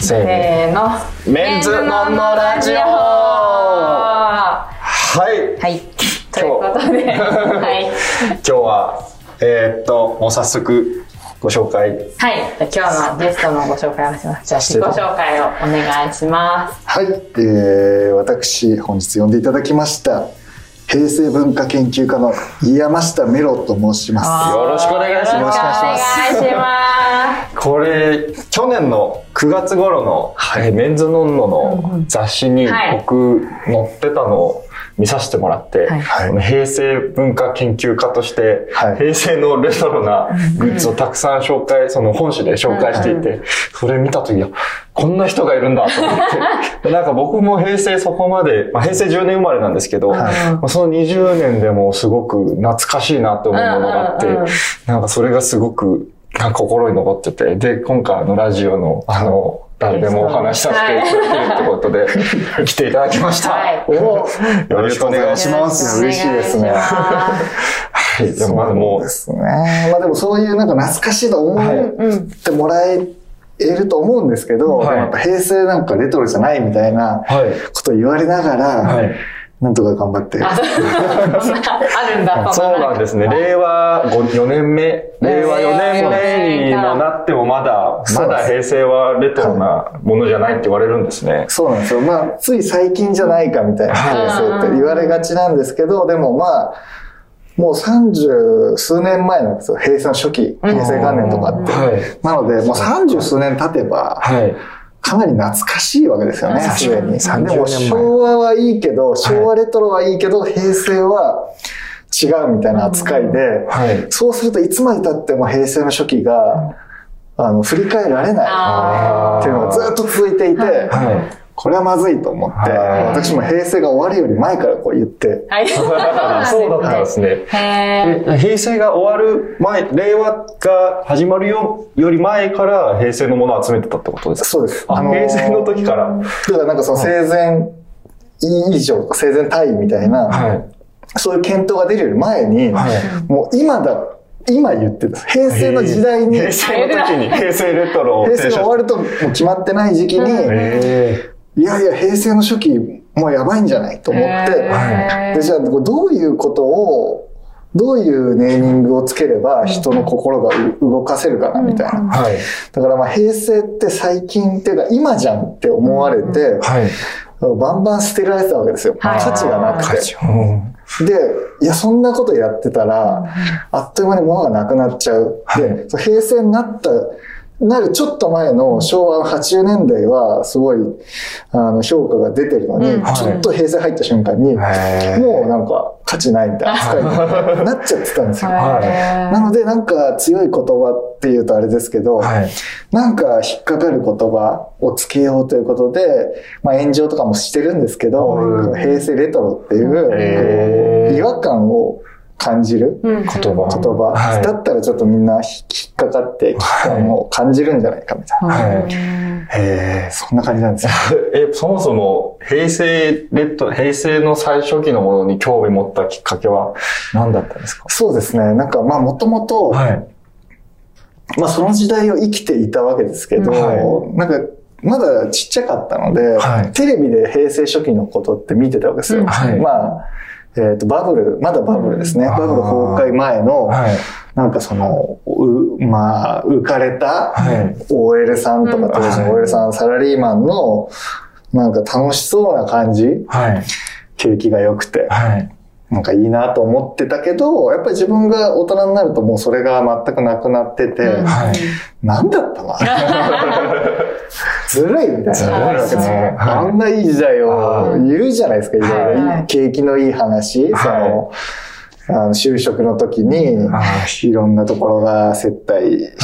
せーの。メンズノンノラジオ。はい。 はい。ということで、はい。 今日は、もう早速ご紹介。 はい。今日のゲストのご紹介をします。じゃあ自己紹介をお願いします。 はい。私、本日呼んでいただきました。平成文化研究家の山下メロと申します。 よろしくお願いします。 よろしくお願いします。 これ、去年の9月頃の、メンズノンノの雑誌に僕載ってたのを見させてもらって、平成文化研究家として、平成のレトロなグッズをたくさん紹介、その本誌で紹介していて、それ見たときは、こんな人がいるんだと思って、なんか僕も平成そこまで、平成10年生まれなんですけど、その20年でもすごく懐かしいなと思うものがあって、なんかそれがすごく心に残ってて、で、今回のラジオの誰でもお話しさせていただけるってことで、来ていただきました。よろしくお願いします。 嬉しいですね。 はい。でもそうですね。でもそういうなんか懐かしいと思ってもらえると思うんですけど、やっぱ平成なんかレトロじゃないみたいなことを言われながら、なんとか頑張って。 あるんだ。 そうなんですね。令和4年目にもなってもまだ平成はレトロなものじゃないって言われるんですね。 そうなんですよ。つい最近じゃないかみたいな平成って言われがちなんですけど、でももう30数年前なんですよ。平成の初期、平成元年とかって。なので、もう30数年経てば、かなり懐かしいわけですよね、すでに。でも昭和はいいけど、昭和レトロはいいけど、平成は違うみたいな扱いで、そうするといつまで経っても平成の初期が、振り返られないっていうのがずっと続いていて、これはまずいと思って、私も平成が終わるより前からこう言って。 そうだったんですね。平成が終わる前、令和が始まるより前から平成のものを集めてたってことですか？ そうです。 平成の時から。 だからなんかその生前以上とか生前退位みたいな、そういう検討が出るより前に、もう今言ってた。平成の時代に。 平成の時に平成レトロを。 平成が終わるともう決まってない時期に、いやいや、平成の初期、もうやばいんじゃないと思って、でじゃあ、どういうネーミングをつければ人の心が動かせるかな、みたいな。だから平成って最近っていうか、今じゃんって思われて、バンバン捨てられてたわけですよ。価値がなくて。で、いや、そんなことやってたら、あっという間に物がなくなっちゃう。で、平成になるちょっと前の昭和80年代はすごい評価が出てるのに、ちょっと平成入った瞬間に、もうなんか価値ないみたいな扱いになっちゃってたんですよ。なのでなんか強い言葉っていうとあれですけど、なんか引っかかる言葉をつけようということで、炎上とかもしてるんですけど、平成レトロっていう違和感を感じる言葉だったらちょっとみんな引っかかって危機感を感じるんじゃないかみたいな。そんな感じなんですよ。 そもそも平成の最初期のものに興味持ったきっかけは何だったんですか？ そうですね。なんかもともと、その時代を生きていたわけですけど、なんかまだちっちゃかったので、テレビで平成初期のことって見てたわけですよ。まだバブルですね。バブル崩壊前の、なんか浮かれた OL さんとか、当時の OL さん、サラリーマンの、なんか楽しそうな感じ、景気が良くて、なんかいいなと思ってたけど、やっぱり自分が大人になるともうそれが全くなくなってて、なんだったのずるいみたいなわけですよ。あんないい時代を言うじゃないですか、いろいろ。景気のいい話、就職の時に、いろんなところが接待して、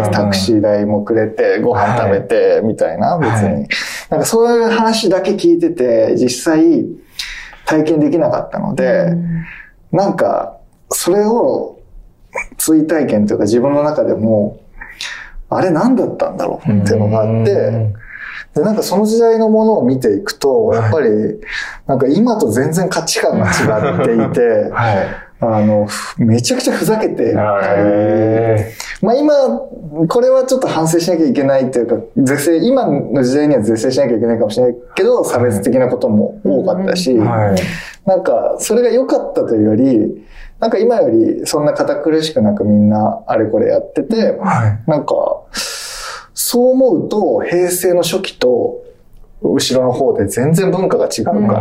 タクシー代もくれて、ご飯食べて、みたいな、別に。なんかそういう話だけ聞いてて、実際体験できなかったので、なんか、それを追体験というか自分の中でも、あれ何だったんだろうっていうのがあって、で、なんかその時代のものを見ていくと、やっぱり、なんか今と全然価値観が違っていて、めちゃくちゃふざけていたり、 まあ今、これはちょっと反省しなきゃいけないというか、今の時代には是正しなきゃいけないかもしれないけど、差別的なことも多かったし、なんか、それが良かったというより、なんか今よりそんな堅苦しくなくみんなあれこれやってて、なんか、そう思うと平成の初期と後ろの方で全然文化が違うから、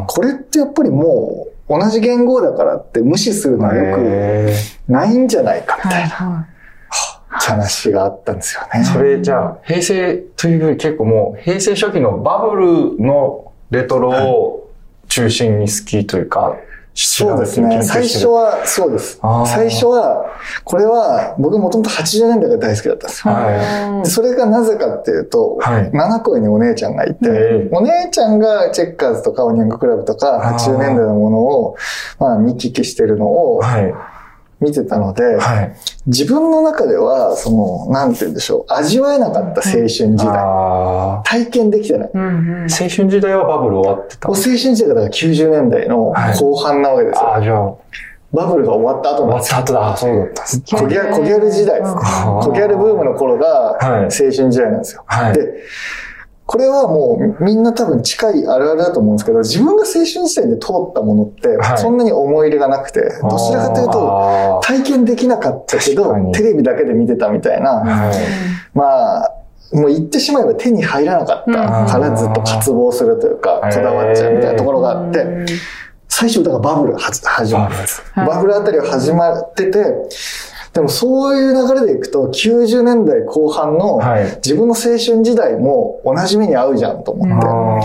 これってやっぱりもう同じ言語だからって無視するのはよくないんじゃないかみたいな話があったんですよね。 それじゃあ平成というより結構もう平成初期のバブルのレトロを中心に好きというか、 そうですね。最初は、そうです。最初は、これは、僕もともと80年代が大好きだったんですよ。でそれがなぜかっていうと、7個上にお姉ちゃんがいて、お姉ちゃんがチェッカーズとかオニャングクラブとか80年代のものを、まあ見聞きしてるのを見てたので、自分の中では、なんて言うんでしょう、味わえなかった青春時代。体験できてない。青春時代はバブル終わってた。 青春時代がだから90年代の後半なわけですよ。 じゃあバブルが終わった後なんですよ。 終わった後だ。そうだった。 コギャル時代ですね。コギャルブームの頃が青春時代なんですよ。で、これはもうみんな多分近いあるあるだと思うんですけど、自分が青春時代で通ったものってそんなに思い入れがなくて、どちらかというと体験できなかったけど、テレビだけで見てたみたいな、まあ、もう言ってしまえば手に入らなかったからずっと渇望するというか、こだわっちゃうみたいなところがあって、最初だからバブルが始まるんです。バブルあたりが始まってて、でもそういう流れでいくと90年代後半の自分の青春時代も同じ目に遭うじゃんと思って。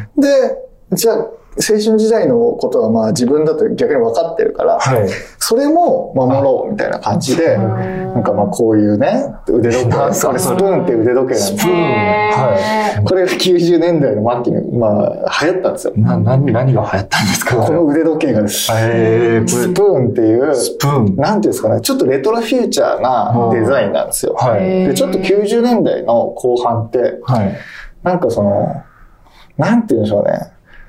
で、じゃあ青春時代のことはまあ自分だと逆に分かってるから、それも守ろうみたいな感じで、なんかまあこういうね、腕時計、これスプーンって腕時計なんですけど、これが90年代の末期にまあ流行ったんですよ。 何が流行ったんですか？ この腕時計がです。スプーンっていう、なんていうんですかね、ちょっとレトロフューチャーなデザインなんですよ。でちょっと90年代の後半って、なんかなんていうんでしょうね。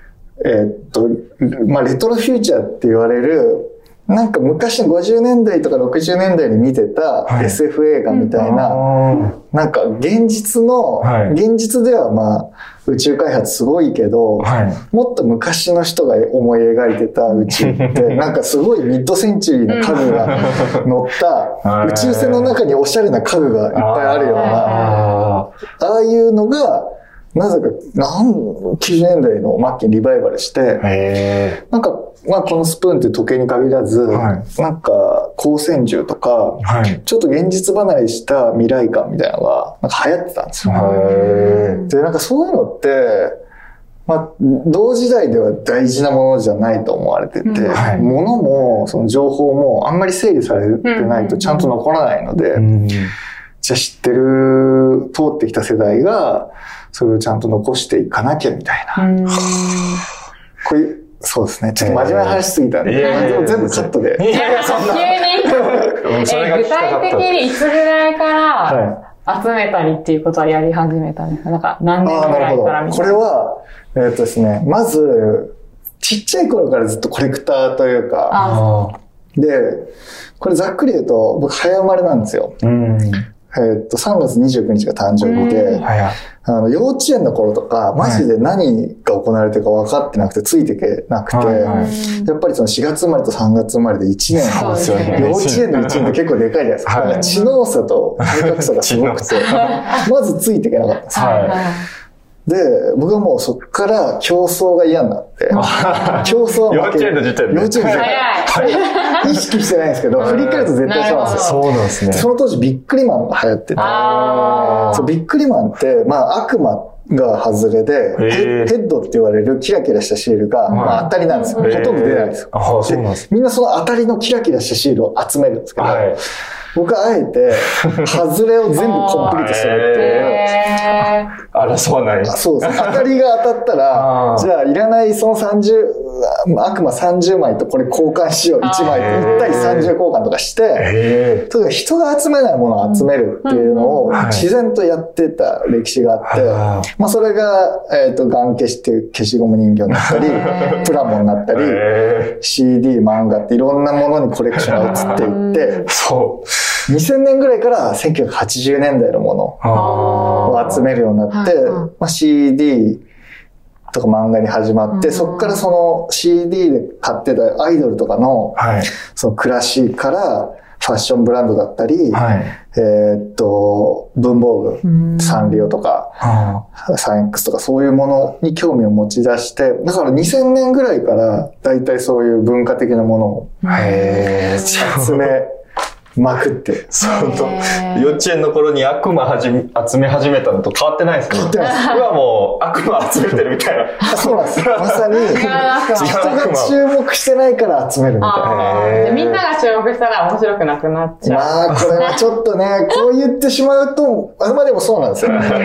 まあ、レトロフューチャーって言われる、なんか昔の50年代とか60年代に見てた SF 映画みたいな、なんか現実ではまあ、宇宙開発すごいけど、もっと昔の人が思い描いてた宇宙って、なんかすごいミッドセンチュリーの家具が乗った宇宙船の中におしゃれな家具がいっぱいあるような、ああいうのが、なぜか、90年代の末期にリバイバルして、なんか、まあこのスプーンって時計に限らず、なんか光線銃とか、ちょっと現実離れした未来感みたいなのが、なんか流行ってたんですよ。で、なんかそういうのって、まあ、同時代では大事なものじゃないと思われてて、物も、その情報もあんまり整理されてないとちゃんと残らないので、じゃあ知ってる、通ってきた世代が、それをちゃんと残していかなきゃみたいな。こういう、そうですね。ちょっと真面目な話しすぎたんで、全部カットで。 急に、具体的にいつぐらいから集めたりっていうことはやり始めたんですか？なんか何年ぐらいからみたいな。 これは、ですね、まず、ちっちゃい頃からずっとコレクターというか、で、これざっくり言うと、僕早生まれなんですよ。3月29日が誕生日で、幼稚園の頃とか、マジで何が行われてるか分かってなくて、ついていけなくて、やっぱりその4月生まれと3月生まれで1年、幼稚園の1年って結構でかいじゃないですか。だから知能差と体格差がすごくて、まずついていけなかったんですよ。で、僕はもうそっから競争が嫌になって、競争は幼稚園の時点で。 幼稚園の時点で。意識してないんですけど、振り返ると絶対そうなんですよ。 そうなんですね。 その当時ビックリマンが流行ってて、そうビックリマンって、まあ悪魔が外れで、ヘッドって言われるキラキラしたシールが、まあ当たりなんですよ。ほとんど出ないんですよ。みんなその当たりのキラキラしたシールを集めるんですけど、僕はあえて、外れを全部コンプリートするっていう。 争わない。 そうです。当たりが当たったら、じゃあいらないその悪魔30枚とこれ交換しよう。1枚1対30交換とかして、とにかく人が集めないものを集めるっていうのを自然とやってた歴史があって、まあそれが、ガン消しっていう消しゴム人形になったり、プラモになったり、CD、漫画っていろんなものにコレクションが移っていって、 2000年ぐらいから1980年代のものを集めるようになって、CD とか漫画に始まって、そこからその CD で買ってたアイドルとかの、その暮らしからファッションブランドだったり、文房具、サンリオとか、サイン X とかそういうものに興味を持ち出して、だから2000年ぐらいからだいたいそういう文化的なものを集めまくって。 幼稚園の頃に悪魔集め始めたのと変わってないですね。 変わってないです。 今もう悪魔集めてるみたいな。 そうなんです。まさに、人が注目してないから集めるみたいな。みんなが注目したら面白くなくなっちゃう。 まあ、これはちょっとね、こう言ってしまうと、あくまでもそうなんですよ。だから、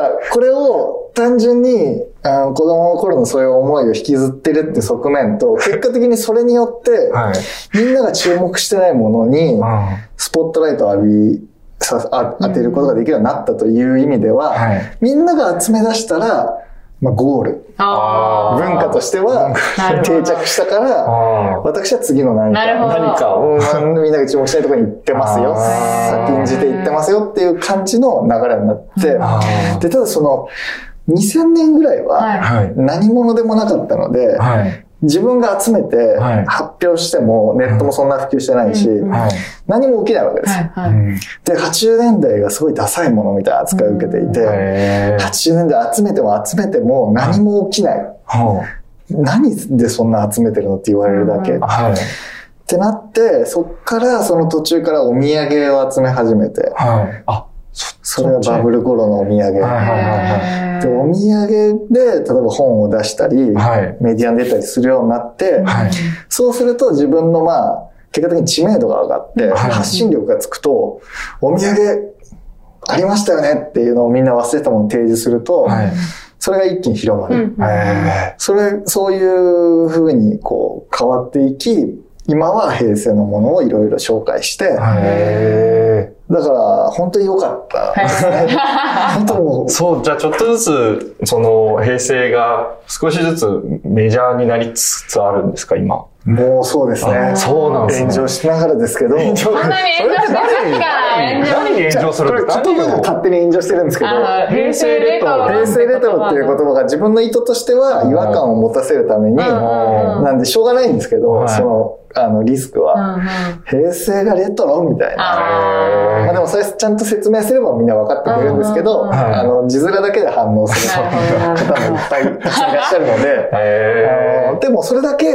これを単純に、子供の頃のそういう思いを引きずってるって側面と、結果的にそれによって、みんなが注目してないものに、スポットライトを当てることができるようになったという意味では、みんなが集め出したら、ゴール。文化としては定着したから、私は次の何かをみんなが注目したいところに行ってますよ。先んじて行ってますよっていう感じの流れになって、で、ただその、2000年ぐらいは何者でもなかったので、自分が集めて発表してもネットもそんな普及してないし、何も起きないわけですよ。で、80年代がすごいダサいものみたいな扱いを受けていて、80年代集めても何も起きない。何でそんな集めてるのって言われるだけ。ってなって、そっからその途中からお土産を集め始めて、それはバブル頃のお土産。で、お土産で、例えば本を出したり、メディアに出たりするようになって、そうすると自分の結果的に知名度が上がって、発信力がつくと、お土産ありましたよねっていうのをみんな忘れたものを提示すると、それが一気に広まる。そういう風にこう変わっていき、今は平成のものをいろいろ紹介して、だから本当に良かったですね。本当にもう。 そう、じゃあちょっとずつ、その平成が少しずつメジャーになりつつあるんですか、今。 もうそうですね。 そうなんですね。 炎上しながらですけど。 そんなに炎上してるんですか？ 何に炎上するんですか？ これ言葉が勝手に炎上してるんですけど。 平成レトロ。 平成レトロっていう言葉が自分の意図としては違和感を持たせるために、なんでしょうがないんですけど、その、リスクは。平成がレトロみたいな。まあでもそれちゃんと説明すればみんな分かってくれるんですけど、字面だけで反応する方もいっぱいたくさんいらっしゃるので、でもそれだけ、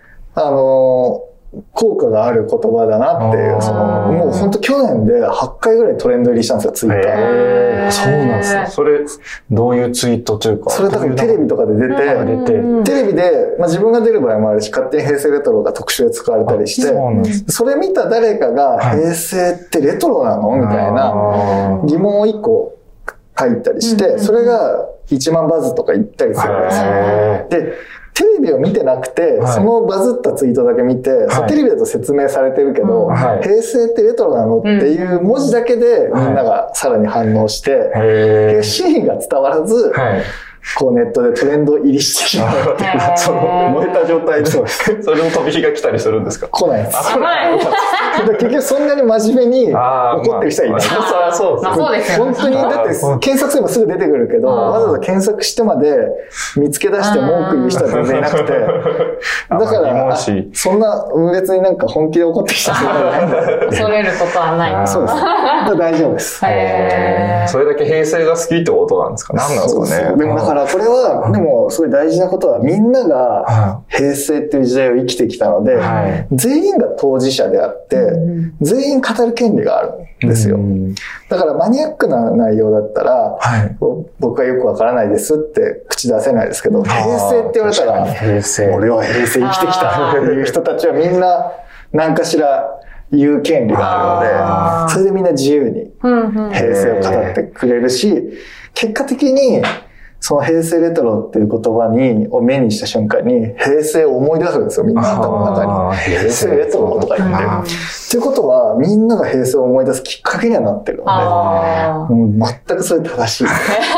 効果がある言葉だなっていう、もう本当去年で8回ぐらいトレンド入りしたんですよ、ツイッター。 そうなんですね。それ、どういうツイートというか。 それ多分テレビとかで出て、テレビで、自分が出る場合もあるし、勝手に平成レトロが特集で使われたりして、それ見た誰かが、平成ってレトロなのみたいな疑問を1個書いたりして、それが1万バズとか言ったりするんですよ。で、テレビを見てなくて、そのバズったツイートだけ見て、テレビだと説明されてるけど、平成ってレトロなのっていう文字だけでみんながさらに反応して、真意が伝わらず、こうネットでトレンド入りしてしまうっていう、 その燃えた状態で、それも飛び火が来たりするんですか？ 来ないです。結局そんなに真面目に怒ってる人はいない。 そうですよ。 本当に、だって検索すればすぐ出てくるけど、わざわざ検索してまで見つけ出して文句言う人は全然いなくて、だから、そんな別になんか本気で怒ってる人はないんだ。 恐れることはない。 そうです。大丈夫です。 それだけ平成が好きってことなんですか？何なんですかね。 でもだからこれは、でもすごい大事なことは、みんなが平成っていう時代を生きてきたので、全員が当事者であって、全員語る権利があるんですよ。だからマニアックな内容だったら、僕はよくわからないですって口出せないですけど、平成って言われたら、俺は平成生きてきたっていう人たちはみんな何かしら言う権利があるので、それでみんな自由に平成を語ってくれるし、結果的にその平成レトロっていう言葉を目にした瞬間に平成を思い出すんですよ、みんな頭の中に。平成レトロとか言って。っていうことは、みんなが平成を思い出すきっかけにはなってるので、全くそれ正しい。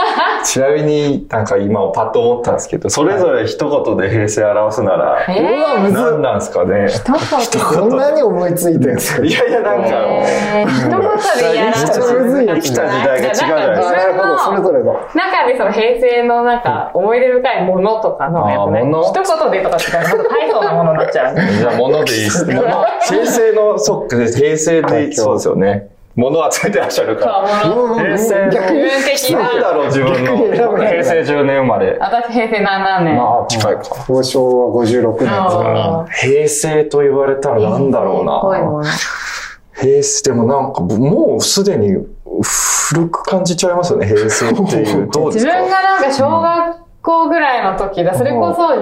ちなみになんか今パッと思ったんですけど、それぞれ一言で平成表すなら、何なんですかね。 一言。そんなに思いついてるんですか？ いやいや、なんか、 一言でやらせて生きた時代が違うじゃないですか。 なるほど、それぞれの。 中でその平成のなんか思い出深いものとかの、やっぱね、一言でとかって言ったら大層なものになっちゃう。 じゃあ物でいいっす。平成の、そっか、平成でそうですよね。物を集めてらっしゃるから。平成の。 自分的な。 なんだろう、自分の。平成10年生まれ。 私平成7年。 まあ、近いか。 昭和56年。 平成と言われたらなんだろうな。平成、でもなんか、もうすでに古く感じちゃいますよね、平成っていう。どうですか？ 自分がなんか小学校ぐらいの時だ。それこそ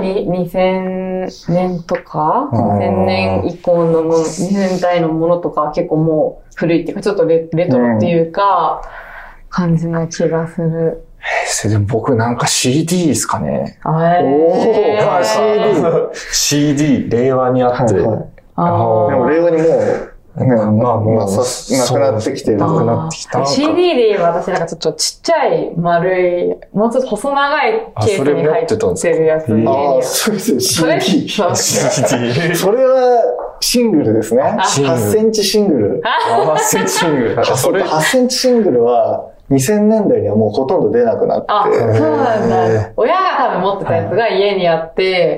2000年とか、2000年以降のもの、2000年代のものとか結構もう古いっていうか、ちょっとレトロっていうか、感じの気がする。 平成でも僕なんか CD ですかね。CD、令和にあって。でも令和にもう、まあもう、なくなってきてる。なくなってきた。 CD で言えば私なんかちょっとちっちゃい丸い、もうちょっと細長いケースに入ってるやつ。 そうですよ、CD。それはシングルですね。8センチシングル。 8センチシングル。 8センチシングルは、2000年代にはもうほとんど出なくなって。 そうなんだ。親が多分持ってたやつが家にあって、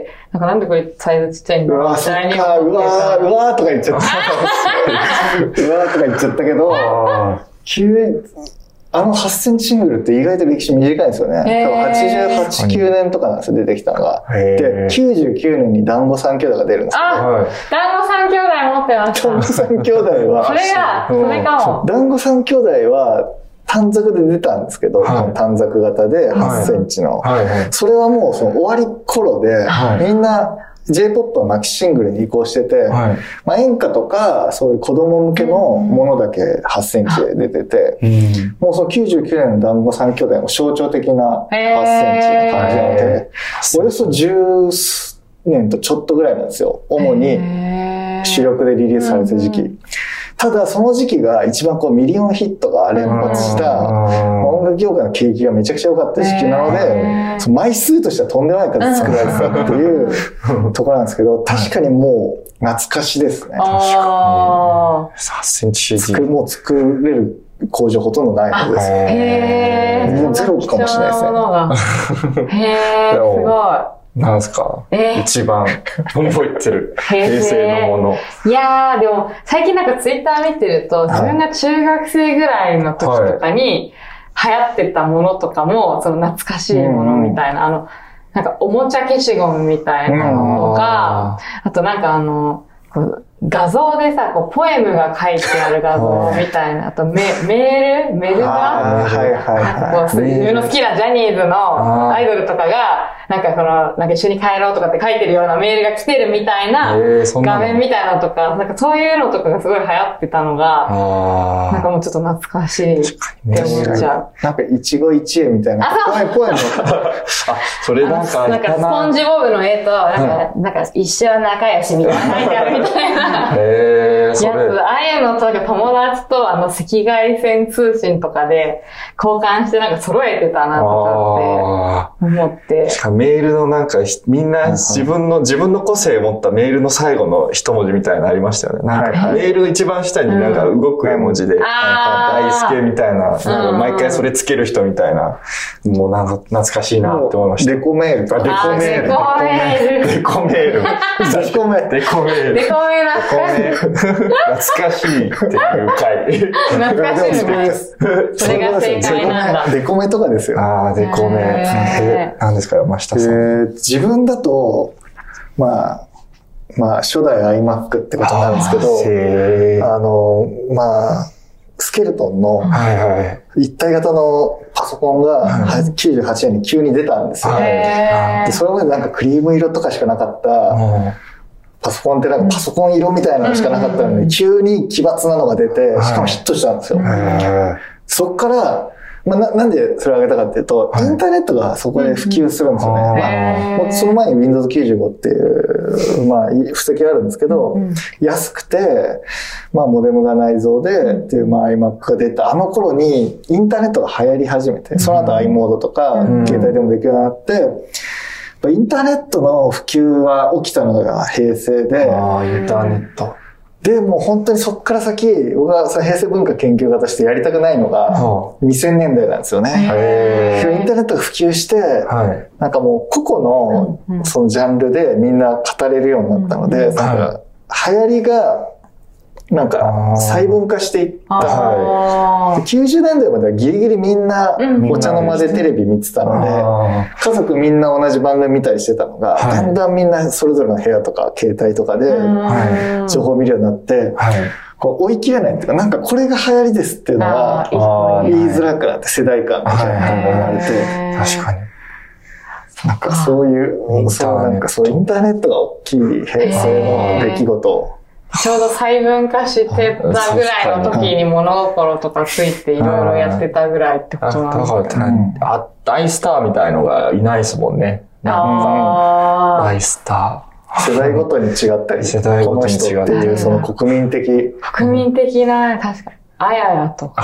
なんでこれサイズちっちゃいんだろうみたいに。 うわーとか言っちゃった。うわーとか言っちゃったけど、8センチシングルって意外と歴史短いんですよね。88、9年とかなんですよ、出てきたのが。で、99年に団子三兄弟が出るんですよ。 団子三兄弟持ってました。 団子三兄弟は、 それかも。 団子三兄弟は、短冊で出たんですけど、短冊型で8センチの。それはもうその終わり頃で、みんな J-POP はマキシシングルに移行してて、まあ演歌とかそういう子供向けのものだけ8センチで出てて、もうその99年の団子三兄弟も象徴的な8センチな感じなので、およそ10年とちょっとぐらいなんですよ。主に主力でリリースされた時期。ただその時期が一番こうミリオンヒットが連発した音楽業界の景気がめちゃくちゃ良かった時期なので、その枚数としてはとんでもない数作られてたっていうところなんですけど、確かにもう懐かしですね。確かに。8センチ CD。 もう作れる工場ほとんどないのです。もうゼロかもしれないですね。 すごい。 なんすか、一番覚えてる平成のもの。 いやー、でも最近なんかツイッター見てると、自分が中学生ぐらいの時とかに流行ってたものとかも、その懐かしいものみたいな、なんかおもちゃ消しゴムみたいなのとか、あとなんか画像でさ、こう、ポエムが書いてある画像みたいな、あとメールが、自分の好きなジャニーズのアイドルとかが、なんか一緒に帰ろうとかって書いてるようなメールが来てるみたいな画面みたいなのとか、なんかそういうのとかがすごい流行ってたのが、なんかもうちょっと懐かしいって思っちゃう。 なんか一期一会みたいな。ポエム。 それなんか、 スポンジボブの絵と、なんか一生仲良しみたいな書いてあるみたいな。やつ、ああいうのと友達と赤外線通信とかで交換してなんか揃えてたなとかって思って。 メールのなんかみんな自分の個性を持ったメールの最後の一文字みたいなのありましたよね。なんかメールの一番下になんか動く絵文字で、大輔みたいな、なんか毎回それつける人みたいな、もうなんか懐かしいなって思いました。 デコメールとか。 デコメール。 デコメール。 懐かしいっていう回。 懐かしいです。それが正解なんだ。 デコメとかですよ。 デコメ。何ですか、山下さん。 自分だと、まあ、初代 iMac ってことなんですけど、スケルトンの一体型のパソコンが98年に急に出たんですよ。で、それまでなんかクリーム色とかしかなかったパソコンってなんかパソコン色みたいなのしかなかったのに、急に奇抜なのが出て、しかもヒットしたんですよ。そっから、なんでそれを挙げたかっていうと、インターネットがそこで普及するんですよね。その前に Windows 95っていうまあ、布石あるんですけど、安くて、まあ、モデムが内蔵で、っていう、まあ、iMac が出た、あの頃にインターネットが流行り始めて、その後 i モードとか、携帯でもできるようになって、インターネットの普及は起きたのが平成で、 インターネット。 で、もう本当にそっから先、僕が平成文化研究家としてやりたくないのが、2000年代なんですよね。インターネットが普及して、なんかもう個々のそのジャンルでみんな語れるようになったので、なんか流行りが、なんか細分化していった。90年代まではギリギリみんなお茶の間でテレビ見てたので、家族みんな同じ番組見たりしてたのが、だんだんみんなそれぞれの部屋とか携帯とかで情報を見るようになって、こう追い切れないっていうか、なんかこれが流行りですっていうのは言いづらくなって世代間みたいなのが生まれて、 確かに。 なんかそういう、なんかそうインターネットが大きい平成の出来事を、 ちょうど細分化してたぐらいの時に物心とかついていろいろやってたぐらいってことなんですかね。だから大スターみたいのがいないですもんね。なんか、大スター。世代ごとに違ったり、 世代ごとに違ったり。 っていうその国民的な、確かに。あややとか。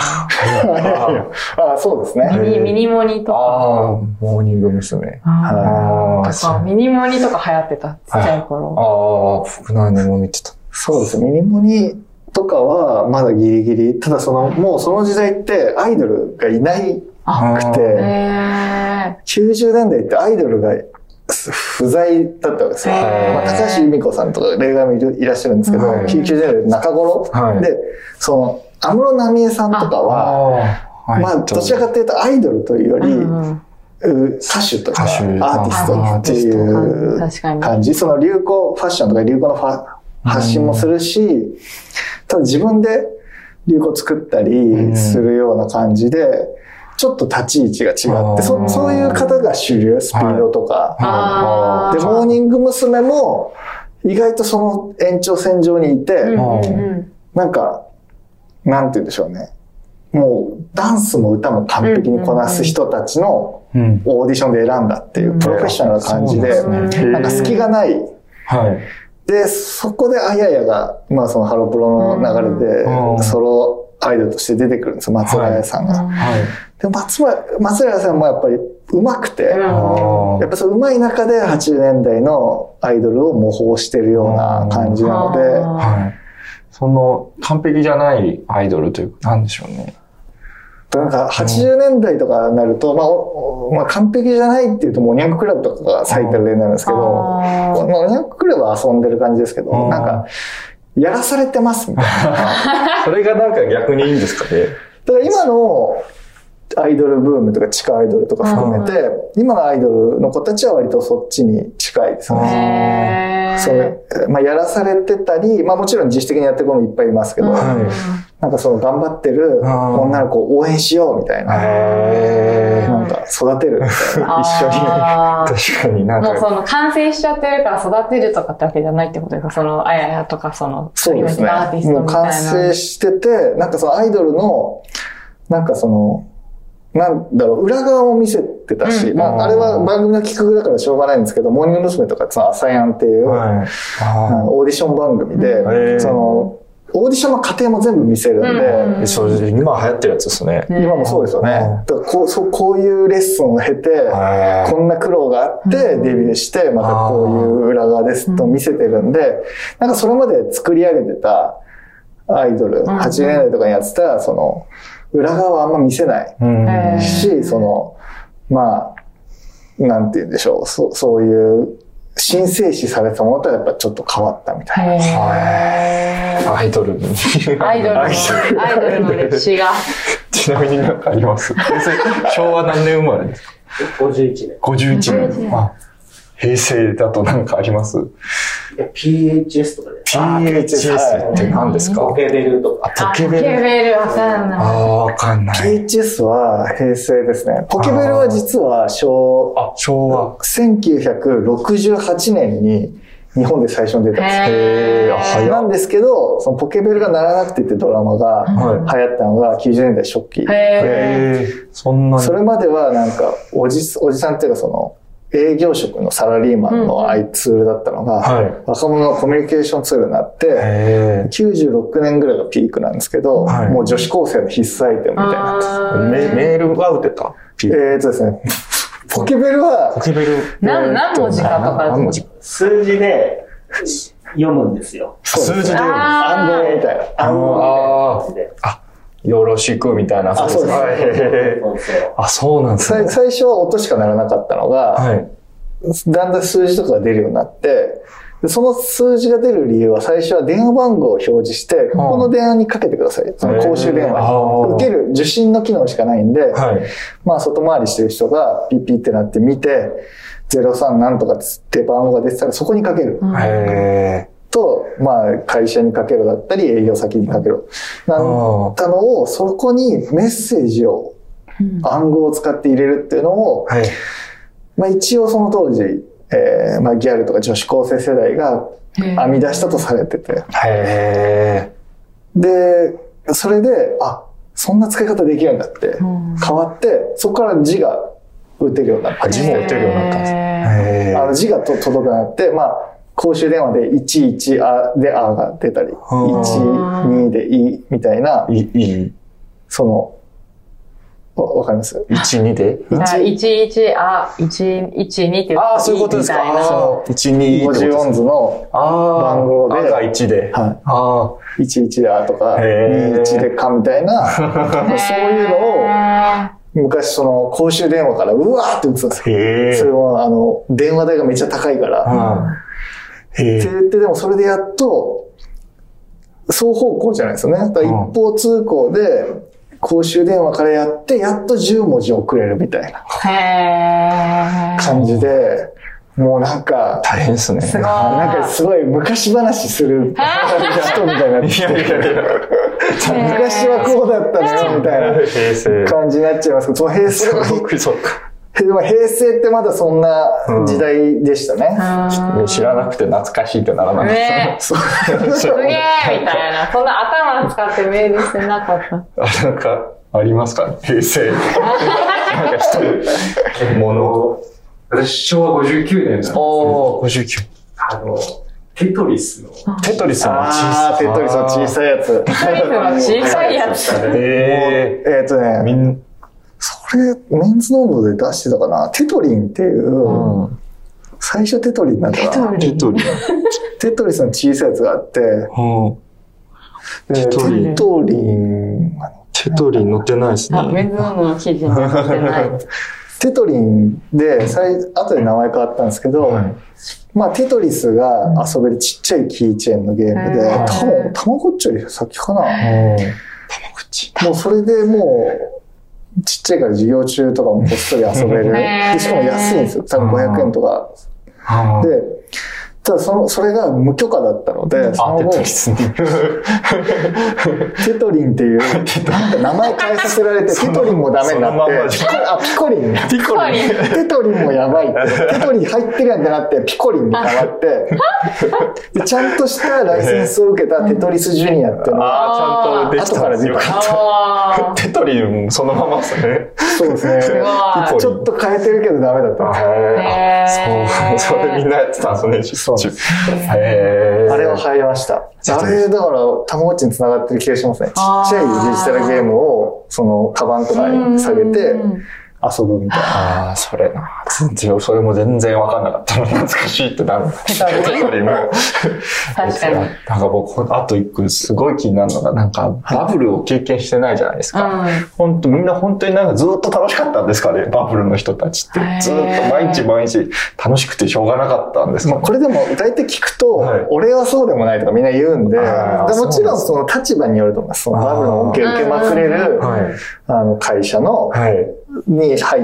そうですね。 ミニモニとか。 モーニング娘。 ミニモニとか流行ってた、ちっちゃい頃。 僕何も見てた。 そうですね。ミニモニとかはまだギリギリ。ただもうその時代ってアイドルがいないくて、90年代ってアイドルが不在だったわけですよ。高橋由美子さんとか例外もいらっしゃるんですけど、90年代中頃で、安室奈美恵さんとかは、まあ、どちらかというとアイドルというより、歌手とかアーティストっていう感じ。その流行、ファッションとか流行の発信もするし、ただ自分で流行作ったりするような感じで、ちょっと立ち位置が違って、そういう方が主流、スピードとか。で、モーニング娘。も意外とその延長線上にいて、なんか、なんて言うんでしょうね。もうダンスも歌も完璧にこなす人たちのオーディションで選んだっていうプロフェッショナルな感じで、なんか隙がない。で、そこであややが、まあそのハロプロの流れでソロアイドルとして出てくるんですよ、松浦綾さんが。でも松浦綾さんもやっぱり上手くて、やっぱそう上手い中で80年代のアイドルを模倣してるような感じなので、 その完璧じゃないアイドルというか、なんでしょうね。 なんか80年代とかになると、まあ完璧じゃないっていうともうニャンククラブとかが最たる例になるんですけど、ニャンククラブは遊んでる感じですけど、なんか、やらされてますみたいな。 それがなんか逆にいいんですかね。 だから今のアイドルブームとか地下アイドルとか含めて、今のアイドルの子たちは割とそっちに近いですね。まあやらされてたり、まあもちろん自主的にやってる子もいっぱいいますけど、なんか頑張ってる女の子を応援しようみたいな。なんか育てるみたいな。一緒に。 確かになんか。 もう完成しちゃってるから育てるとかってわけじゃないってことですか？あややとかそうですね。 アーティストみたいな。 もう完成してて、なんかアイドルの、なんかなんだろう、裏側も見せてたし、まあ、あれは番組の企画だからしょうがないんですけど、モーニング娘。とか朝やんっていう、オーディション番組で、オーディションの過程も全部見せるんで、 今流行ってるやつですね。 今もそうですよね。だからこういうレッスンを経て、こんな苦労があってデビューして、またこういう裏側ですと見せてるんで、なんかそれまで作り上げてたアイドル、80年代とかにやってた、裏側はあんま見せないし、まあ、なんて言うんでしょう、そういう神聖視されたものとはやっぱちょっと変わったみたいな。アイドルの歴史が。 ちなみになんかあります？昭和何年生まれですか ？51年。 51年。平成だとなんかあります？ PHS とかで。 PHS って何ですか？ ポケベルとか。 ポケベルわかんない。 わかんない。 PHS は平成ですね。ポケベルは実は昭和。1968年に日本で最初に出たんですよ。なんですけど、そのポケベルが鳴らなくてってドラマが流行ったのが90年代初期。 そんなに。 それまではなんか、おじさんっていうか営業職のサラリーマンのツールだったのが、若者のコミュニケーションツールになって、96年ぐらいがピークなんですけど、もう女子高生の必須アイテムみたいになってます。メールは打てた？ ですね。ポケベルは、 何文字かとか。 数字で読むんですよ。 数字で読む。 暗号みたいな。 暗号みたいな感じで。 よろしくみたいな。 そうです。 そうなんですね。 最初は音しか鳴らなかったのが、だんだん数字とかが出るようになって、その数字が出る理由は最初は電話番号を表示して、ここの電話にかけてください。その公衆電話に。受ける受信の機能しかないんで、まあ外回りしてる人がピッピってなって見て、03なんとかって番号が出てたらそこにかける。と、まあ会社にかけるだったり営業先にかける。なんたのを、そこにメッセージを暗号を使って入れるっていうのを、まあ一応その当時、まあギャルとか女子高生世代が編み出したとされてて。で、それで、そんな使い方できるんだって変わって、そこから字が打てるようになった。 字も打てるようになったんですね。 字が届かなくなって、まあ、公衆電話で11あであが出たり、12でいみたいな、その、わかります ?12 で ?11 112って言ったそういうことですか。 12。50音図の番号で。 が1で。 11であとか、21でかみたいな、そういうのを、昔その公衆電話からうわーって打つんですよ。それも電話代がめっちゃ高いから。って言ってでもそれでやっと、双方向じゃないですよね。だから一方通行で公衆電話からやって、やっと10文字送れるみたいな感じで、もうなんか、 大変ですね。 なんかすごい昔話する人みたいになってきて、昔はこうだったのよみたいな感じになっちゃいますけど、その平成平成ってまだそんな時代でしたね。 知らなくて懐かしいってならなかった。 すげーみたいな。そんな頭使ってメールしてなかった。 なんか、ありますかね平成。なんか人、もの。 私、昭和59年なんですけど。 59。 テトリスの。 テトリスのテトリスの小さいやつ。 テトリスの小さいやつ。 それ、メンズノートで出してたかな。テトリンっていう、最初テトリンなんだな。 テトリン。 テトリスの小さいやつがあって、テトリン載ってないですね。 メンズノートの記事に載ってない。 テトリンで、後で名前変わったんですけど、まあテトリスが遊べるちっちゃいキーチェーンのゲームで、たまごっちより先かな。たまごっち。もうそれでもう、ちっちゃいから授業中とかもこっそり遊べる。でしかも安いんですよ。多分500円とか。で、ただそれが無許可だったので、その後、テトリンっていう、なんか名前変えさせられて、テトリンもダメになって、ピコリン。テトリンもやばいって。テトリン入ってるやんってなって、ピコリンに変わって、ちゃんとしたライセンスを受けたテトリスジュニアっていうのが、 ちゃんとできたんですよ。テトリンもそのままですね。 そうですね。ちょっと変えてるけどダメだった。 それみんなやってたんですね。 あれは入りました。あれ、だから、たまごっちに繋がってる気がしますね。ちっちゃいデジタルゲームを、カバンとかに下げて、遊ぶみたいな。 それな。それも全然わかんなかったの。懐かしいってなる。 確かに。 なんか僕、あと一個すごい気になるのが、なんかバブルを経験してないじゃないですか。みんな本当になんかずっと楽しかったんですかね、バブルの人たちって。ずっと毎日楽しくてしょうがなかったんですか。 これでも大体聞くと、俺はそうでもないとかみんな言うんで、もちろんその立場によると思います。そのバブルの恩恵を受けまくれる、会社の、に入って、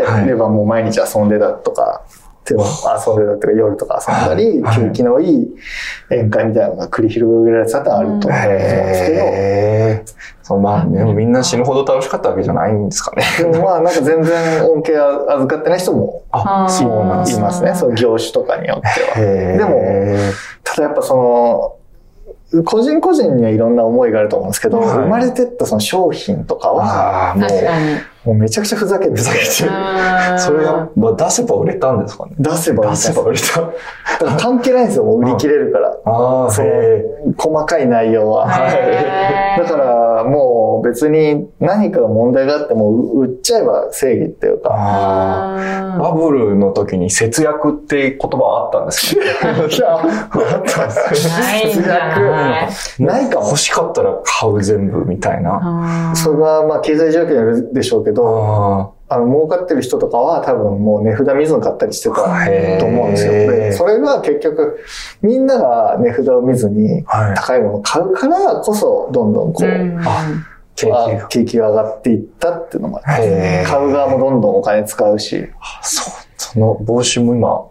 ればもう毎日遊んでたとか、遊んでたとか夜とか遊んだり、景気のいい宴会みたいなのが繰り広げられてたってあると思うんですけど。 まあ、でもみんな死ぬほど楽しかったわけじゃないんですかね。 でもまあなんか全然恩恵預かってない人もいますね。そういう業種とかによっては。でも、ただやっぱ個人個人にはいろんな思いがあると思うんですけど、生まれてったその商品とかは、もう、 もうめちゃくちゃふざけて。 それが、出せば売れたんですかね。 出せば売れた。だから関係ないんですよ、もう売り切れるから。細かい内容は。だからもう別に何か問題があっても売っちゃえば正義っていうか。 バブルの時に節約って言葉はあったんですか？いや、あったんですよ。節約ないかも。 欲しかったら買う全部みたいな。 それはまあ経済状況によるでしょうけど、儲かってる人とかは多分もう値札見ずに買ったりしてたと思うんですよ。で、それが結局みんなが値札を見ずに高いものを買うからこそどんどんこう、景気が上がっていったっていうのもあります。買う側もどんどんお金使うし。 その帽子も今、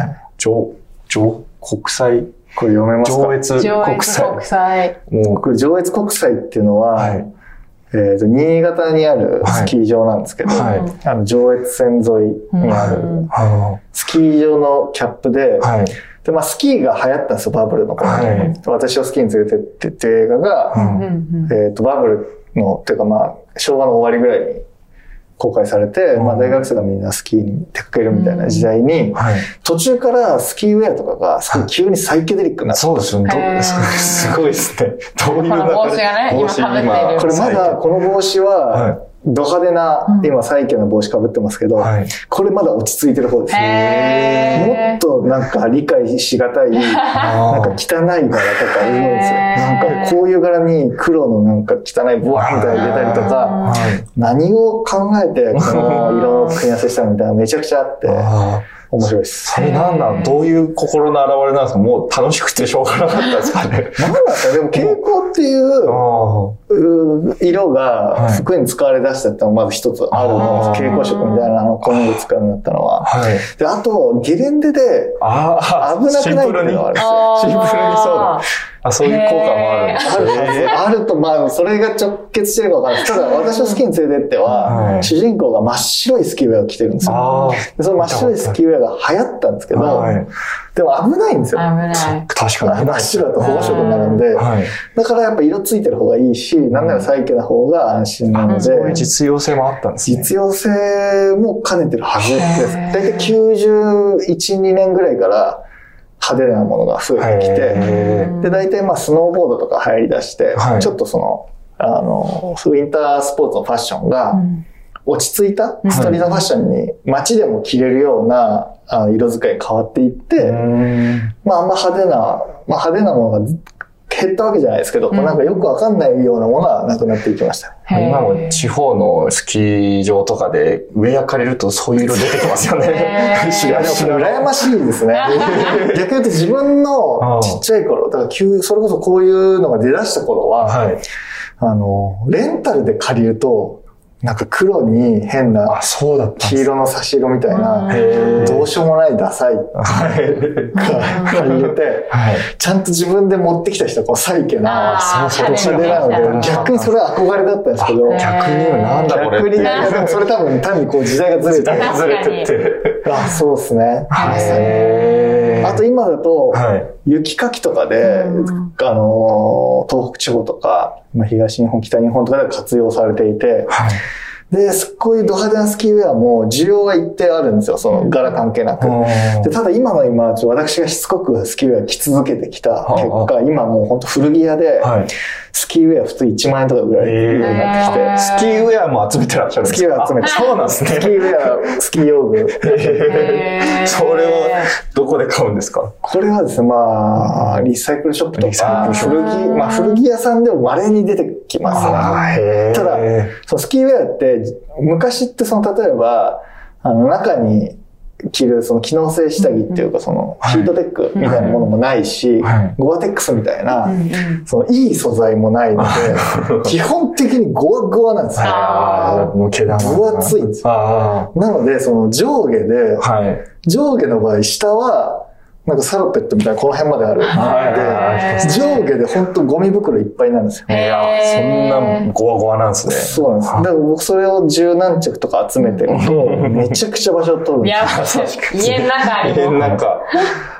国際、 これ読めますか？ 上越国際。 もうこれ上越国際っていうのは、新潟にあるスキー場なんですけど、上越線沿いにあるスキー場のキャップで、で、まあ、スキーが流行ったんですよ、バブルの頃に。私をスキーに連れてってっていう映画が、バブルの、っていうかまあ、昭和の終わりぐらいに公開されて、まあ大学生がみんなスキーに出かけるみたいな時代に、途中からスキーウェアとかがすごい急にサイケデリックになって、 そうですよね。すごいですね。どういうこの帽子がね、今被っている。 これまだこの帽子は、ド派手な、今サイケの帽子被ってますけど、これまだ落ち着いてる方ですね。もっとなんか理解しがたい、なんか汚い柄とかあるんですよ。なんかこういう柄に黒のなんか汚いブワーみたいな入れたりとか、何を考えてこの色の組み合わせしたのみたいなめちゃくちゃあって、面白いです。 それなんだ、どういう心の表れなんですか？もう楽しくてしょうがなかったですかね。 なんだったでも蛍光っていう色が服に使われ出したってのがまず一つあるの。蛍光色みたいなの今後使うようになったのは。で、あと、ゲレンデで危なくないっていうのがあるんですよ。 シンプルにそうだ。そういう効果もあるんですね。 あると、まあ、それが直結してるかわからない。ただ、私をスキーに連れてっては、主人公が真っ白いスキーウェアを着てるんですよ。でその真っ白いスキーウェアが流行ったんですけど、でも危ないんですよ。 危ない。 確かに。 真っ白だと保護色になるんで、だからやっぱ色ついてる方がいいし、なんならサイケな方が安心なので、 実用性もあったんですね。 実用性も兼ねてるはずです。だいたい91、2年ぐらいから派手なものが増えてきて、で、だいたいまあスノーボードとか流行り出して、ちょっとその、ウィンタースポーツのファッションが、落ち着いたストリートファッションに街でも着れるような色使いに変わっていって、まああんま派手なものが減ったわけじゃないですけど、なんかよくわかんないようなものはなくなっていきました。 今も地方のスキー場とかでウェア借りるとそういう色出てきますよね。 羨ましいですね。逆に言うと自分のちっちゃい頃、だからそれこそこういうのが出だした頃は、レンタルで借りると、なんか黒に変な黄色の差し色みたいなどうしようもないダサいが借りれて、ちゃんと自分で持ってきた人はこうサイケな派手なので、逆にそれは憧れだったんですけど、 逆になんだこれって。 でもそれ多分単にこう時代がずれてって、そうですね。あと今だと雪かきとかで東北地方とか東日本北日本とかで活用されていて、で、こういうド派手なスキーウェアも需要が一定あるんですよ、その柄関係なく。で、ただ今私がしつこくスキーウェア着続けてきた結果、今もう本当古着屋で、スキーウェア普通1万円とかぐらいようになってきて。 スキーウェアも集めてらっしゃるんですか？ スキーウェア集めて。 そうなんですね。 スキーウェア、スキー用具。 それはどこで買うんですか？ これはですね、まあ、リサイクルショップとか、古着屋さんでも稀に出てきますね。ただ、そのスキーウェアって、昔って例えば、中に着るその機能性下着っていうかヒートテックみたいなものもないし、ゴアテックスみたいな、いい素材もないので、基本的にゴワゴワなんですよ。分厚いんですよ。なので、上下の場合、下は、なんかサロペットみたいなこの辺まである。上下で本当ゴミ袋いっぱいになるんですよ。 そんなゴワゴワなんですね。 そうなんです。だから僕それを十何着とか集めてると、めちゃくちゃ場所を取るんですよ。 家の中に。 家の中。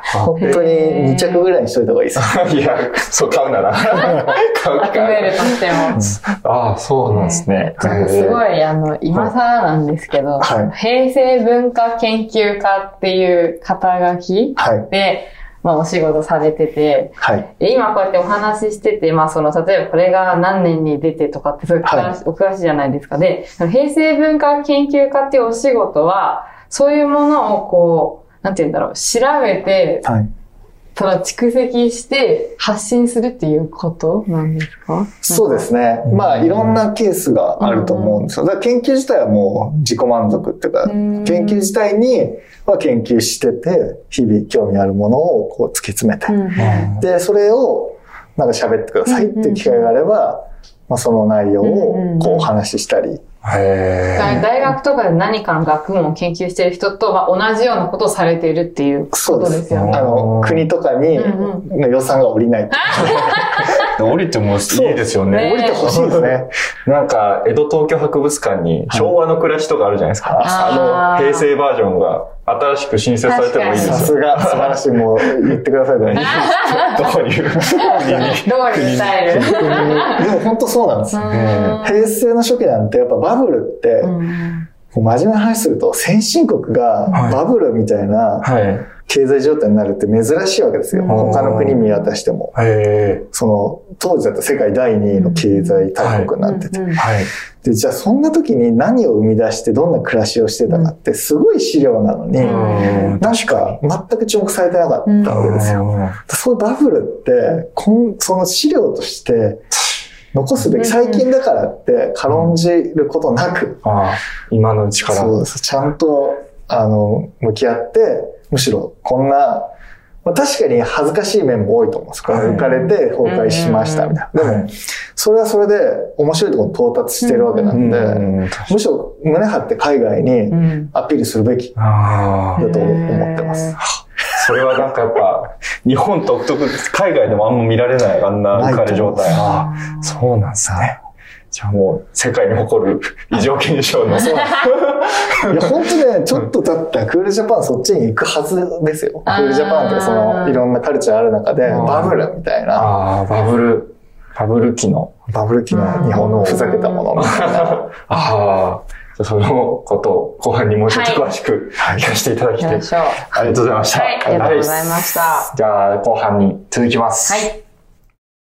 本当に2着ぐらいにしといた方がいいです。 いや、そう、買うなら。買う集めるとしても。 ああ、そうなんですね。 すごい、今更なんですけど、平成文化研究家っていう肩書きで、お仕事されてて、今こうやってお話ししてて、例えばこれが何年に出てとかって、そういうお詳しいじゃないですか。で、平成文化研究家っていうお仕事は、そういうものをなんて言うんだろう、調べて、ただ蓄積して発信するっていうことなんですか？ そうですね。いろんなケースがあると思うんですよ。だから研究自体はもう自己満足っていうか、研究自体には研究してて、日々興味あるものをこう突き詰めて、で、それをなんか喋ってくださいっていう機会があれば、その内容をこうお話ししたり、 大学とかで何かの学問を研究している人と、同じようなことをされているっていうことですよね。 国とかに予算が下りない。 降りてもいいですよね。 降りてほしいですね。 なんか、江戸東京博物館に昭和の暮らしとかあるじゃないですか。平成バージョンが新しく新設されてもいいですよ。 さすが、素晴らしい。もう言ってくださいね。 どういう国に伝える。 でも本当そうなんですよ。平成の初期なんてやっぱバブルって、真面目な話すると先進国がバブルみたいな経済状態になるって珍しいわけですよ。他の国見渡しても。当時だった世界第2位の経済大国になってて。で、じゃあそんな時に何を生み出してどんな暮らしをしてたかってすごい資料なのに、なんか全く注目されてなかったわけですよ。そういうバブルって、その資料として残すべき。最近だからって軽んじることなく、 今のうちから。 そうです。ちゃんと、向き合って、むしろこんな、確かに恥ずかしい面も多いと思うんです。浮かれて崩壊しましたみたいな。でも、それはそれで面白いところに到達してるわけなんで、むしろ胸張って海外にアピールするべきだと思ってます。 それはなんかやっぱ、日本独特、海外でもあんま見られない、あんな浮かれ状態。そうなんですね。じゃあもう、世界に誇る異常現象の。いや、本当ね、ちょっとだったらクールジャパンそっちに行くはずですよ。クールジャパンっていろんなカルチャーある中で、バブルみたいな。 バブル期の日本のふざけたものみたいな。 そのことを後半にもうちょっと詳しく聞かせていただきたい。ありがとうございました。 ありがとうございました。 じゃあ後半に続きます。